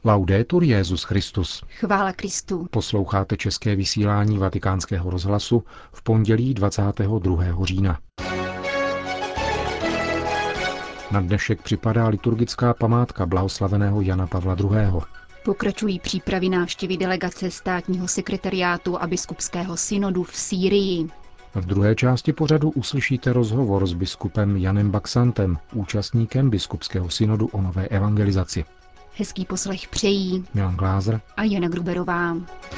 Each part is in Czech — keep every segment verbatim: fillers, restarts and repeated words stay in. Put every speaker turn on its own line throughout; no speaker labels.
Laudetur Jesus Christus.
Chvála Kristu.
Posloucháte české vysílání Vatikánského rozhlasu v pondělí dvacátého druhého října. Na dnešek připadá liturgická památka blahoslaveného Jana Pavla druhého.
Pokračují přípravy návštěvy delegace státního sekretariátu a biskupského synodu v Sýrii.
V druhé části pořadu uslyšíte rozhovor s biskupem Janem Baxantem, účastníkem biskupského synodu o nové evangelizaci.
Hezký poslech přejí
Milan Glázer
a Jana Gruberová.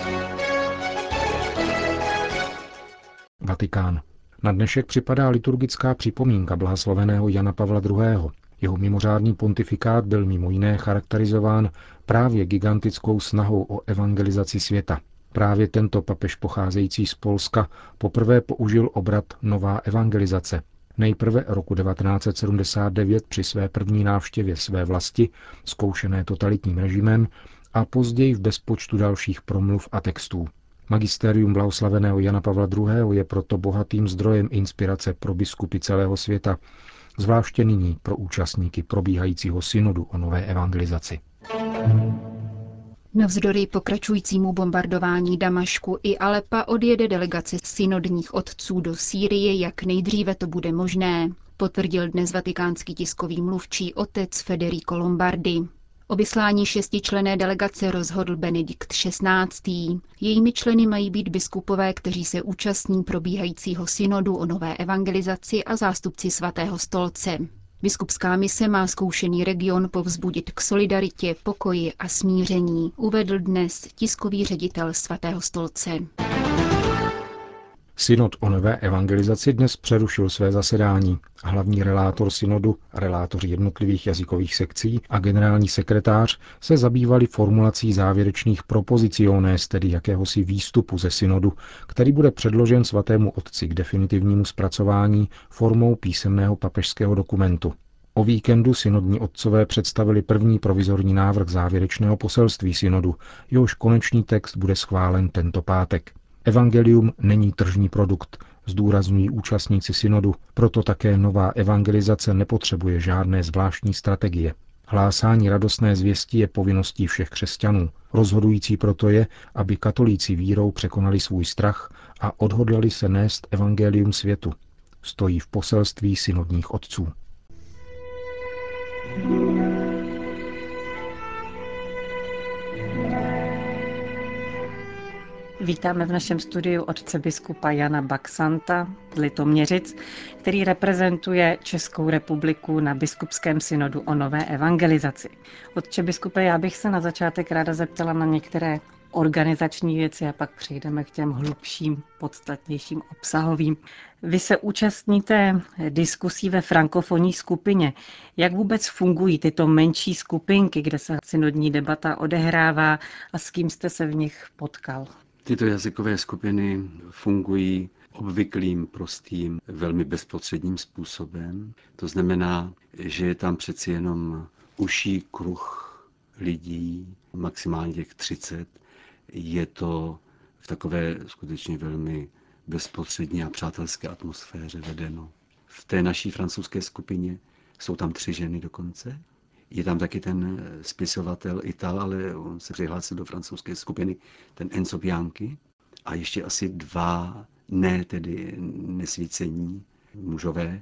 Vatikán. Na dnešek připadá liturgická připomínka blahoslaveného Jana Pavla druhého. Jeho mimořádný pontifikát byl mimo jiné charakterizován právě gigantickou snahou o evangelizaci světa. Právě tento papež pocházející z Polska poprvé použil obrat nová evangelizace. Nejprve roku devatenáct set sedmdesát devět při své první návštěvě své vlasti, zkoušené totalitním režimem, a později v bezpočtu dalších promluv a textů. Magisterium blahoslaveného Jana Pavla druhého. Je proto bohatým zdrojem inspirace pro biskupy celého světa, zvláště nyní pro účastníky probíhajícího synodu o nové evangelizaci.
Navzdory pokračujícímu bombardování Damašku i Alepa odjede delegace synodních otců do Sýrie, jak nejdříve to bude možné, potvrdil dnes vatikánský tiskový mluvčí otec Federico Lombardi. O vyslání šestičlenné delegace rozhodl Benedikt šestnáctý. Jejími členy mají být biskupové, kteří se účastní probíhajícího synodu o nové evangelizaci, a zástupci Svatého stolce. Biskupská mise má zkoušený region povzbudit k solidaritě, pokoji a smíření, uvedl dnes tiskový ředitel Svatého stolce.
Synod o nové evangelizaci dnes přerušil své zasedání. Hlavní relátor synodu, relátoři jednotlivých jazykových sekcí a generální sekretář se zabývali formulací závěrečných propoziciones, tedy jakéhosi výstupu ze synodu, který bude předložen svatému otci k definitivnímu zpracování formou písemného papežského dokumentu. O víkendu synodní otcové představili první provizorní návrh závěrečného poselství synodu, jehož konečný text bude schválen tento pátek. Evangelium není tržní produkt, zdůrazňují účastníci synodu, proto také nová evangelizace nepotřebuje žádné zvláštní strategie. Hlásání radostné zvěsti je povinností všech křesťanů. Rozhodující proto je, aby katolíci vírou překonali svůj strach a odhodlali se nést evangelium světu. Stojí v poselství synodních otců.
Vítáme v našem studiu otce biskupa Jana Baxanta z Litoměřic, který reprezentuje Českou republiku na biskupském synodu o nové evangelizaci. Otče biskupe, já bych se na začátek ráda zeptala na některé organizační věci a pak přejdeme k těm hlubším, podstatnějším, obsahovým. Vy se účastníte diskusí ve frankofonní skupině. Jak vůbec fungují tyto menší skupinky, kde se synodní debata odehrává, a s kým jste se v nich potkal?
Tyto jazykové skupiny fungují obvyklým, prostým, velmi bezprostředním způsobem. To znamená, že je tam přeci jenom užší kruh lidí, maximálně těch třicet. Je to v takové skutečně velmi bezprostřední a přátelské atmosféře vedeno. V té naší francouzské skupině jsou tam tři ženy dokonce. Je tam taky ten spisovatel Ital, ale on se přihlásil do francouzské skupiny, ten Enzo Bianchi. A ještě asi dva ne tedy nesvícení mužové.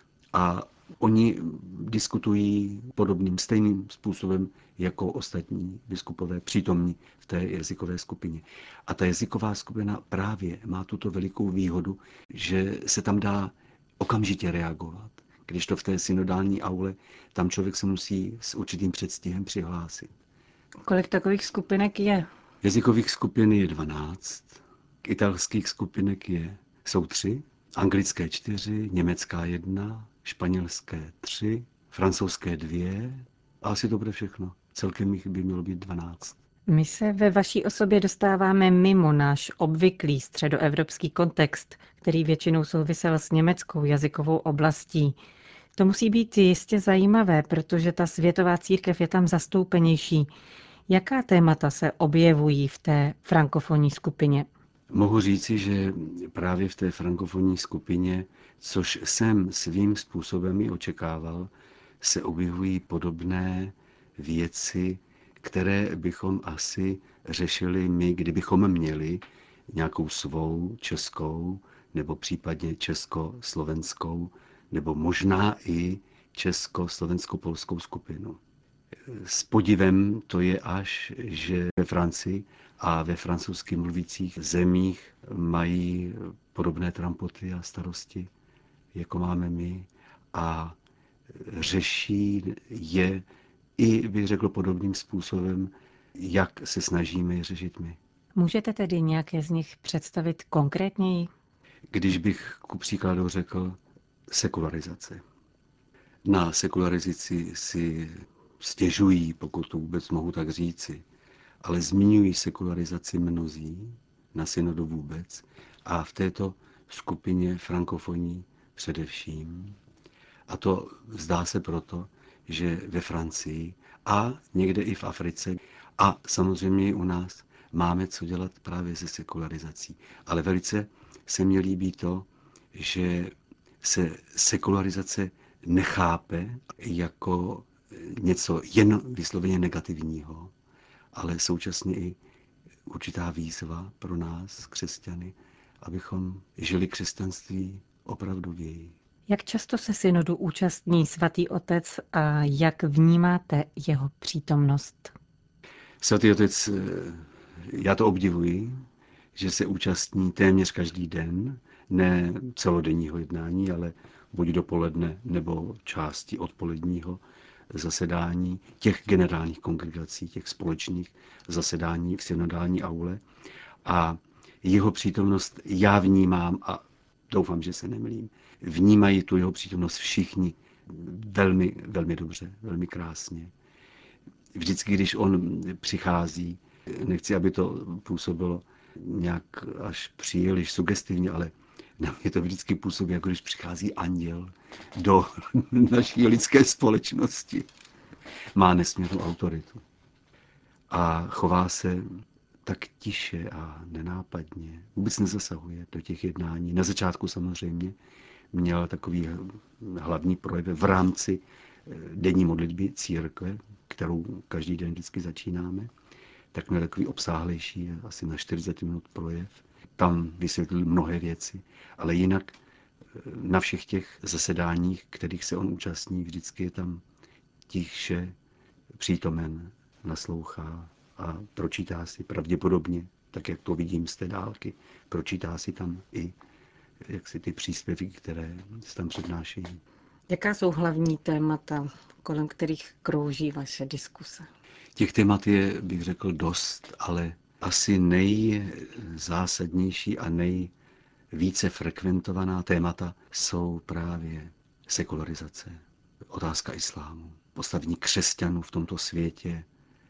A oni diskutují podobným, stejným způsobem jako ostatní biskupové přítomní v té jazykové skupině. A ta jazyková skupina právě má tuto velikou výhodu, že se tam dá okamžitě reagovat. Když to v té synodální aule, tam člověk se musí s určitým předstihem přihlásit.
Kolik takových skupinek je?
Jazykových skupin je dvanáct, italských skupinek je, jsou tři, anglické čtyři, německá jedna, španělské tři, francouzské dvě a asi to bude všechno. Celkem jich by mělo být dvanáct.
My se ve vaší osobě dostáváme mimo náš obvyklý středoevropský kontext, který většinou souvisel s německou jazykovou oblastí. To musí být jistě zajímavé, protože ta světová církev je tam zastoupenější. Jaká témata se objevují v té frankofonní skupině?
Mohu říci, že právě v té frankofonní skupině, což jsem svým způsobem i očekával, se objevují podobné věci, které bychom asi řešili my, kdybychom měli nějakou svou českou nebo případně československou nebo možná i československo-polskou skupinu. S podivem to je až, že ve Francii a ve francouzsky mluvících zemích mají podobné trampoty a starosti, jako máme my, a řeší je i, bych řekl, podobným způsobem, jak se snažíme je řešit my.
Můžete tedy nějaké z nich představit konkrétněji?
Když bych ku příkladu řekl sekularizace. Na sekularizaci si stěžují, pokud to vůbec mohu tak říci, ale zmiňují sekularizaci mnozí, na synodu vůbec, a v této skupině frankofoní především. A to zdá se proto, že ve Francii a někde i v Africe a samozřejmě i u nás máme co dělat právě se sekularizací. Ale velice se mně líbí to, že se sekularizace nechápe jako něco jen vysloveně negativního, ale současně i určitá výzva pro nás, křesťany, abychom žili křesťanství opravdověji.
Jak často se synodu účastní svatý otec a jak vnímáte jeho přítomnost?
Svatý otec, já to obdivuji, že se účastní téměř každý den, ne celodenního jednání, ale buď dopoledne nebo části odpoledního zasedání těch generálních kongregací, těch společných zasedání v synodální aule. A jeho přítomnost já vnímám, a doufám, že se nemýlím, vnímají tu jeho přítomnost všichni velmi, velmi dobře, velmi krásně. Vždycky, když on přichází, nechci, aby to působilo nějak až příliš sugestivně, ale na mě to vždycky působí, jako když přichází anděl do naší lidské společnosti. Má nesmírnou autoritu. A chová se tak tiše a nenápadně. Vůbec nezasahuje do těch jednání. Na začátku samozřejmě měl takový hlavní projev v rámci denní modlitby církve, kterou každý den vždycky začínáme. Tak měl takový obsáhlejší, asi na čtyřicet minut projev. Tam vysvětlil mnohé věci, ale jinak na všech těch zasedáních, kterých se on účastní, vždycky je tam tiše přítomen, naslouchá a pročítá si pravděpodobně, tak jak to vidím z té dálky, pročítá si tam i jak si ty příspěvky, které se tam přednášejí.
Jaká jsou hlavní témata, kolem kterých krouží vaše diskuse?
Těch témat je, bych řekl, dost, ale asi nejzásadnější a nejvíce frekventovaná témata jsou právě sekularizace, otázka islámu, postavení křesťanů v tomto světě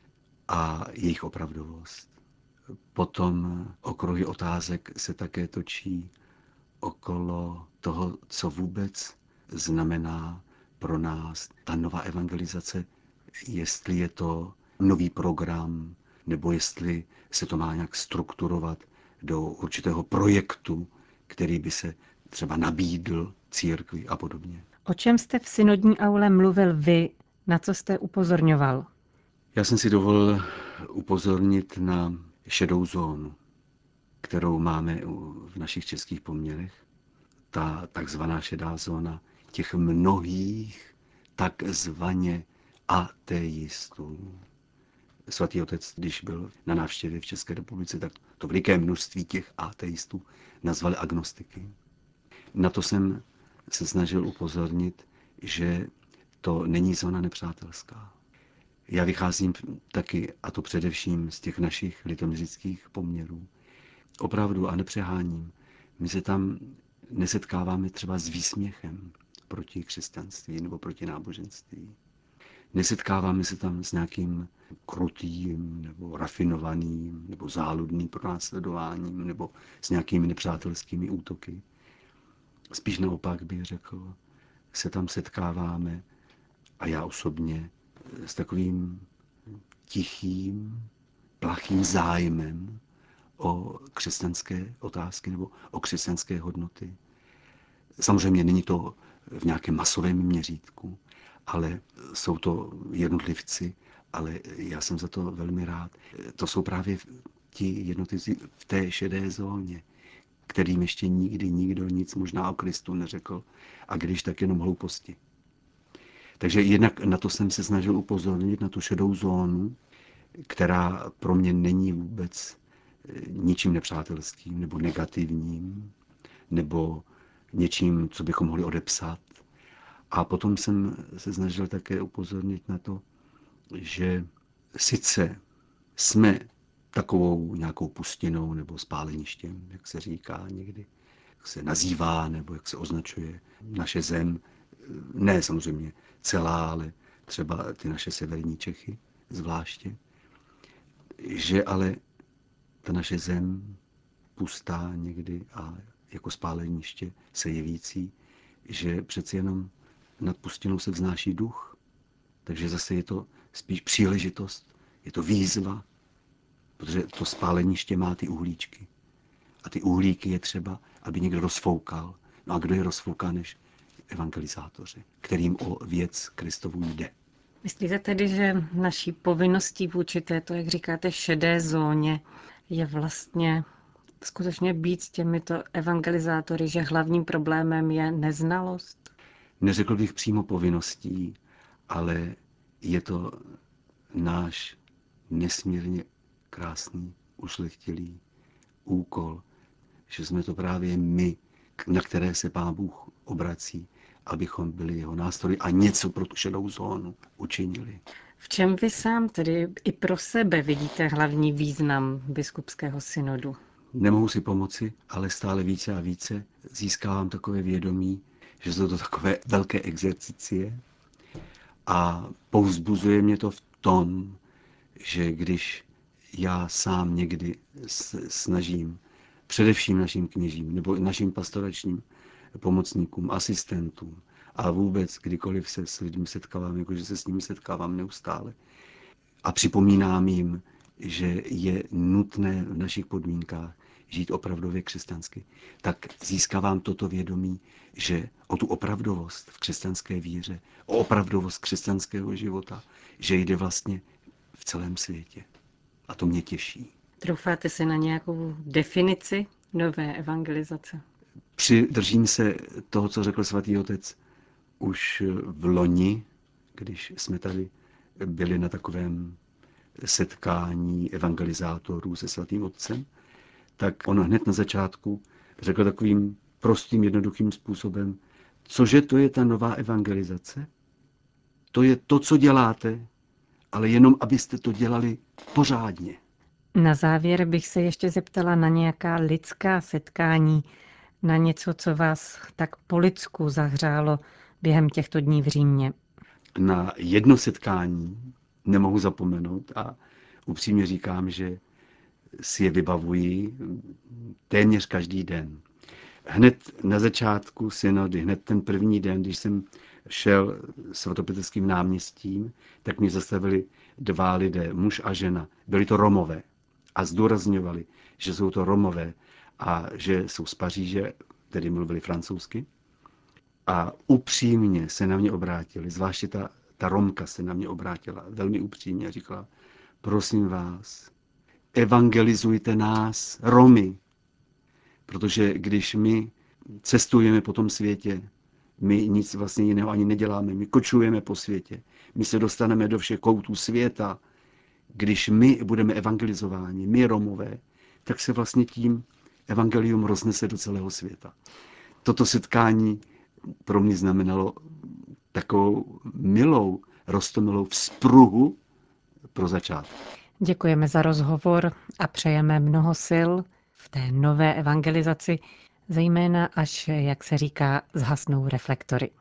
a jejich opravdovost. Potom okruhy otázek se také točí okolo toho, co vůbec znamená pro nás ta nová evangelizace, jestli je to nový program, nebo jestli se to má nějak strukturovat do určitého projektu, který by se třeba nabídl církvi a podobně.
O čem jste v synodní aule mluvil vy, na co jste upozorňoval?
Já jsem si dovolil upozornit na šedou zónu, kterou máme v našich českých poměrech. Ta takzvaná šedá zóna těch mnohých takzvaně ateistů. Svatý otec, když byl na návštěvě v České republice, tak to veliké množství těch ateistů nazvali agnostiky. Na to jsem se snažil upozornit, že to není zóna nepřátelská. Já vycházím taky, a to především z těch našich litoměřických poměrů. Opravdu a nepřeháním. My se tam nesetkáváme třeba s výsměchem proti křesťanství nebo proti náboženství. Nesetkáváme se tam s nějakým krutým nebo rafinovaným nebo záludným pronásledováním nebo s nějakými nepřátelskými útoky. Spíš naopak bych řekl, se tam setkáváme a já osobně s takovým tichým, plachým zájmem o křesťanské otázky nebo o křesťanské hodnoty. Samozřejmě není to v nějakém masovém měřítku, ale jsou to jednotlivci ale já jsem za to velmi rád. To jsou právě ti jednotlivci v té šedé zóně, kterým ještě nikdy nikdo nic možná o Kristu neřekl, a když tak jenom hlouposti. Takže jednak na to jsem se snažil upozornit, na tu šedou zónu, která pro mě není vůbec ničím nepřátelským nebo negativním, nebo něčím, co bychom mohli odepsat. A potom jsem se snažil také upozornit na to, že sice jsme takovou nějakou pustinou nebo spáleništěm, jak se říká někdy, jak se nazývá nebo jak se označuje naše zem, ne samozřejmě celá, ale třeba ty naše severní Čechy zvláště, že ale ta naše zem pustá někdy a jako spáleniště se jevící, že přeci jenom nad pustinou se vznáší duch. Takže zase je to spíš příležitost, je to výzva, protože to spáleniště má ty uhlíčky. A ty uhlíky je třeba, aby někdo rozfoukal. No a kdo je rozfouká než evangelizátoři, kterým o věc Kristovu jde.
Myslíte tedy, že naší povinností vůči této, jak říkáte, šedé zóně je vlastně skutečně být s těmito evangelizátory, že hlavním problémem je neznalost?
Neřekl bych přímo povinností, ale je to náš nesmírně krásný, ušlechtilý úkol, že jsme to právě my, na které se Pán Bůh obrací, abychom byli jeho nástroji a něco pro tu šedou zónu učinili.
V čem vy sám tedy i pro sebe vidíte hlavní význam biskupského synodu?
Nemohu si pomoci, ale stále více a více získávám takové vědomí, že jsou to takové velké exercicie a povzbuzuje mě to v tom, že když já sám někdy snažím, především našim kněžím nebo našim pastoračním pomocníkům, asistentům a vůbec kdykoliv se s lidmi setkávám, jakože se s nimi setkávám neustále a připomínám jim, že je nutné v našich podmínkách žít opravdově křesťansky, tak získávám toto vědomí, že o tu opravdovost v křesťanské víře, o opravdovost křesťanského života, že jde vlastně v celém světě. A to mě těší.
Troufáte si na nějakou definici nové evangelizace?
Přidržím se toho, co řekl svatý otec už v loni, když jsme tady byli na takovém setkání evangelizátorů se svatým otcem, tak on hned na začátku řekl takovým prostým, jednoduchým způsobem, cože to je ta nová evangelizace? To je to, co děláte, ale jenom, abyste to dělali pořádně.
Na závěr bych se ještě zeptala na nějaká lidská setkání, na něco, co vás tak po lidsku zahřálo během těchto dní v Římě.
Na jedno setkání nemohu zapomenout a upřímně říkám, že si je vybavuji téměř každý den. Hned na začátku synody, hned ten první den, když jsem šel svatopetrským náměstím, tak mě zastavili dva lidé, muž a žena. Byli to Romové a zdůrazňovali, že jsou to Romové a že jsou z Paříže, tedy mluvili francouzsky. A upřímně se na mě obrátili, zvláště ta, ta Romka se na mě obrátila velmi upřímně a říkala, prosím vás, evangelizujte nás, Romy, protože když my cestujeme po tom světě, my nic vlastně jiného ani neděláme, my kočujeme po světě, my se dostaneme do všech koutů světa. Když my budeme evangelizováni, my Romové, tak se vlastně tím evangelium roznese do celého světa. Toto setkání pro mě znamenalo takovou milou, roztomilou vzpruhu pro začátek.
Děkujeme za rozhovor a přejeme mnoho sil v té nové evangelizaci, zejména až, jak se říká, zhasnou reflektory.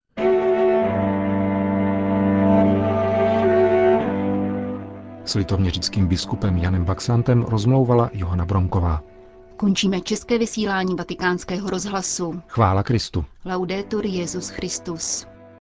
S litoměřickým biskupem Janem Baxantem rozmlouvala Johana Bronková.
Končíme české vysílání Vatikánského rozhlasu.
Chvála Kristu.
Laudetur Jesus Christus.